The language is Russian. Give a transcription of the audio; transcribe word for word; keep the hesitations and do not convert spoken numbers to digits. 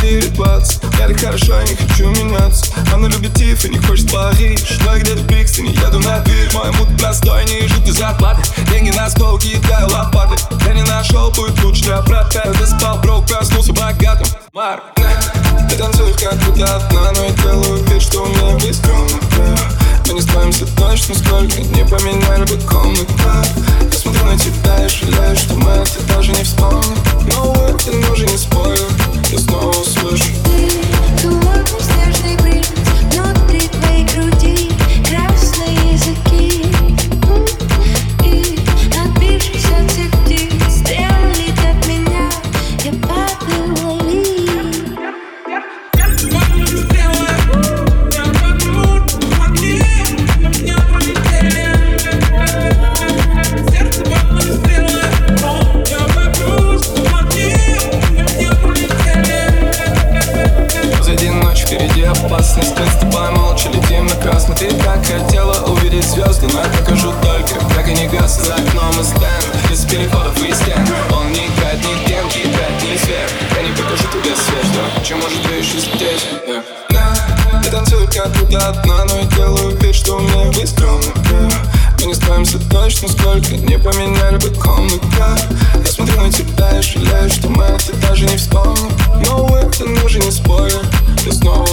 четыре двадцать. Я так хорошо, я не хочу меняться. Она любит Тиф и не хочет Париж. Но я где-то в Брикстоне, еду на движ. Мой мут простой, не жуткой зарплаты. Деньги на стол, кидаю лопаты. Я не нашел путь лучше для брата. Я заспал, брок, проснулся богатым. Марк, ты танцуешь как будто одна, но я делаю вид, что у меня есть комната. Мы не справимся точно, сколько не поменяли бы комнату. Я смотрю на тебя и жалею, что мы это даже не вспомним. Но это уже не спойлер, я снова услышу. Ты туманный снежный принц, внутри твоей груди красные языки. И отбившись от всех птиц, стрелы летят меня, я падаю в лали. Впереди опасность, мы с тобой молча летим на красный. Ты так хотела увидеть звезды, но я покажу только, как они гаснут за окном и стенд. Без переходов и стен. Он не играет ни демки, играет ни свет. Я не покажу тебе свет, что чем может ты еще здесь, yeah. Да, я танцую как будто одна, но я делаю вид, что у меня есть комната. Мы не справимся точно, сколько не поменяли бы комнату. Я смотрю на тебя и жалею, что мы это даже не вспомним. Но это уже не спойлер, я снова